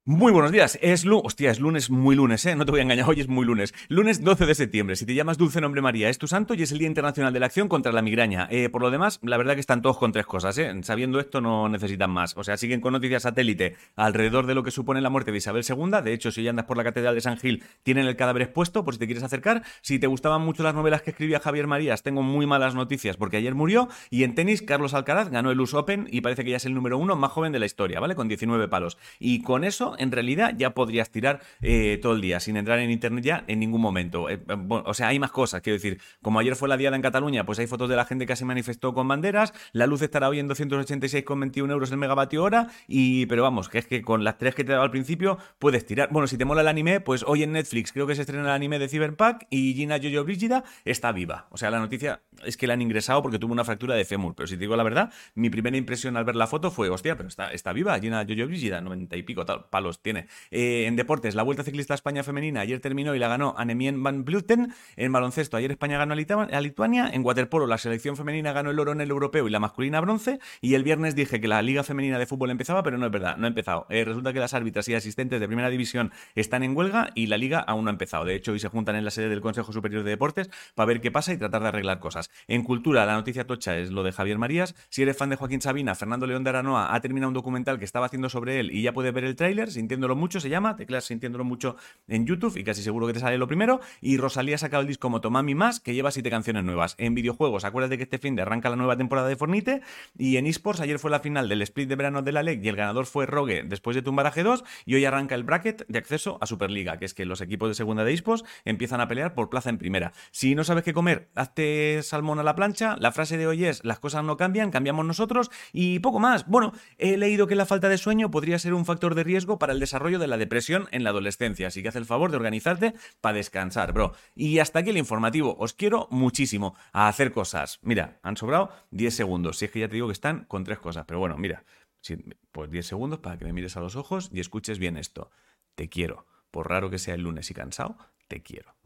Muy buenos días, Hostia, es lunes, muy lunes, ¿eh? No te voy a engañar, hoy es muy lunes. Lunes 12 de septiembre, si te llamas Dulce Nombre María, es tu santo y es el Día Internacional de la Acción contra la Migraña. Por lo demás, la verdad que están todos con tres cosas, ¿eh? Sabiendo esto no necesitan más. O sea, siguen con noticias satélite alrededor de lo que supone la muerte de Isabel II. De hecho, si ya andas por la Catedral de San Gil, tienen el cadáver expuesto, por si te quieres acercar. Si te gustaban mucho las novelas que escribía Javier Marías, tengo muy malas noticias porque ayer murió. Y en tenis, Carlos Alcaraz ganó el US Open y parece que ya es el número uno más joven de la historia, ¿vale? Con 19 palos. Y con eso, en realidad, ya podrías tirar todo el día sin entrar en internet ya en ningún momento. Bueno, o sea, hay más cosas, quiero decir, como ayer fue la diada en Cataluña, pues hay fotos de la gente que se manifestó con banderas, la luz estará hoy en 286,21 euros el megavatio hora, pero vamos, que es que con las tres que te daba al principio puedes tirar. Bueno, si te mola el anime, pues hoy en Netflix creo que se estrena el anime de Cyberpunk y Gina Jojo Brígida está viva. O sea, la noticia es que la han ingresado porque tuvo una fractura de fémur, pero si te digo la verdad, mi primera impresión al ver la foto fue, hostia, pero está viva, Gina Jojo Brígida, 90 y pico palos tiene. En deportes, la Vuelta Ciclista a España femenina ayer terminó y la ganó Annemien van Vleuten. En baloncesto, ayer España ganó a Lituania. En waterpolo, la selección femenina ganó el oro en el europeo y la masculina bronce. Y el viernes dije que la Liga Femenina de Fútbol empezaba, pero no es verdad, no ha empezado. Resulta que las árbitras y asistentes de primera división están en huelga y la Liga aún no ha empezado. De hecho, hoy se juntan en la sede del Consejo Superior de Deportes para ver qué pasa y tratar de arreglar cosas. En cultura, la noticia tocha es lo de Javier Marías. Si eres fan de Joaquín Sabina, Fernando León de Aranoa ha terminado un documental que estaba haciendo sobre él y ya puedes ver el tráiler, sintiéndolo mucho, se llama, teclas sintiéndolo mucho en YouTube y casi seguro que te sale lo primero. Y Rosalía ha sacado el disco Motomami Más, que lleva 7 canciones nuevas. En videojuegos, acuérdate que este fin de arranca la nueva temporada de Fornite. Y en eSports, ayer fue la final del split de verano de la LEC y el ganador fue Rogue después de tumbar a G2. Y hoy arranca el bracket de acceso a Superliga, que es que los equipos de segunda de eSports empiezan a pelear por plaza en primera. Si no sabes qué comer, hazte salmón a la plancha. La frase de hoy es: las cosas no cambian, cambiamos nosotros. Y poco más. Bueno, he leído que la falta de sueño podría ser un factor de riesgo para el desarrollo de la depresión en la adolescencia, así que haz el favor de organizarte para descansar, bro. Y hasta aquí el informativo. Os quiero muchísimo a hacer cosas. Mira, han sobrado 10 segundos. Si es que ya te digo que están con tres cosas. Pero bueno, mira, pues 10 segundos para que me mires a los ojos y escuches bien esto. Te quiero. Por raro que sea el lunes y cansado, te quiero.